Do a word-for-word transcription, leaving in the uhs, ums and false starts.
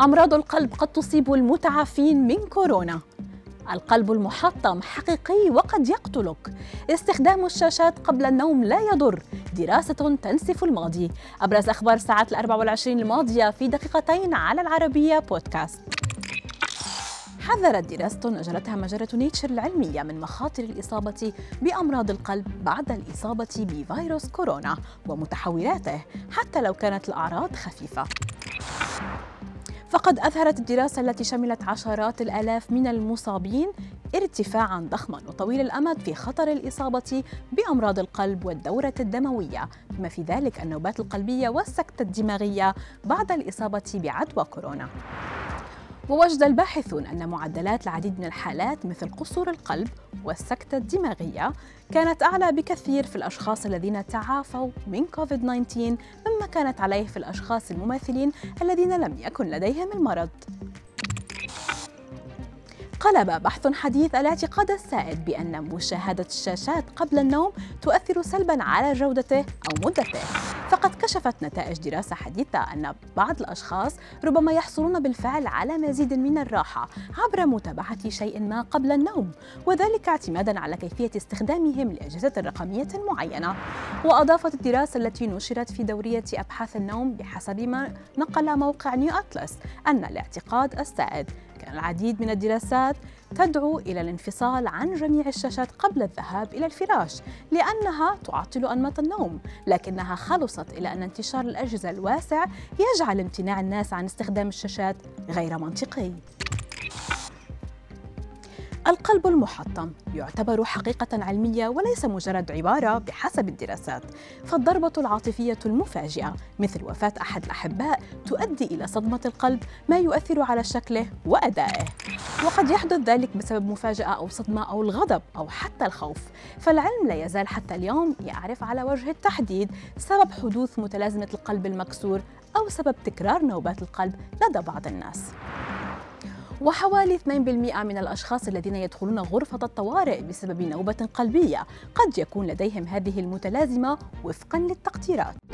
أمراض القلب قد تصيب المتعافين من كورونا. القلب المحطم حقيقي وقد يقتلك. استخدام الشاشات قبل النوم لا يضر. دراسة تنسف الماضي. أبرز أخبار الساعات الأربع والعشرين الماضية في دقيقتين على العربية بودكاست. حذرت دراسة أجرتها مجلة نيتشر العلمية من مخاطر الإصابة بأمراض القلب بعد الإصابة بفيروس كورونا ومتحولاته حتى لو كانت الأعراض خفيفة. فقد أظهرت الدراسة التي شملت عشرات الآلاف من المصابين ارتفاعاً ضخماً وطويل الأمد في خطر الإصابة بأمراض القلب والدورة الدموية، بما في ذلك النوبات القلبية والسكتة الدماغية بعد الإصابة بعدوى كورونا. ووجد الباحثون أن معدلات العديد من الحالات مثل قصور القلب والسكتة الدماغية كانت أعلى بكثير في الأشخاص الذين تعافوا من كوفيد تسعة عشر مما كانت عليه في الأشخاص المماثلين الذين لم يكن لديهم المرض. قلب بحث حديث الاعتقاد السائد بأن مشاهدة الشاشات قبل النوم تؤثر سلباً على جودته أو مدته. فقد كشفت نتائج دراسة حديثة أن بعض الأشخاص ربما يحصلون بالفعل على مزيد من الراحة عبر متابعة شيء ما قبل النوم، وذلك اعتماداً على كيفية استخدامهم لأجهزة رقمية معينة. وأضافت الدراسة التي نشرت في دورية أبحاث النوم بحسب ما نقل موقع نيو أتلس أن الاعتقاد السائد كان العديد من الدراسات تدعو إلى الانفصال عن جميع الشاشات قبل الذهاب إلى الفراش لأنها تعطل أنماط النوم، لكنها خلصت إلى أن انتشار الأجهزة الواسع يجعل امتناع الناس عن استخدام الشاشات غير منطقي. القلب المحطم يعتبر حقيقة علمية وليس مجرد عبارة بحسب الدراسات، فالضربة العاطفية المفاجئة مثل وفاة أحد الأحباء تؤدي إلى صدمة القلب ما يؤثر على شكله وأدائه، وقد يحدث ذلك بسبب مفاجأة أو صدمة أو الغضب أو حتى الخوف. فالعلم لا يزال حتى اليوم يعرف على وجه التحديد سبب حدوث متلازمة القلب المكسور أو سبب تكرار نوبات القلب لدى بعض الناس. وحوالي اثنين بالمئة من الأشخاص الذين يدخلون غرفة الطوارئ بسبب نوبة قلبية قد يكون لديهم هذه المتلازمة وفقاً للتقديرات.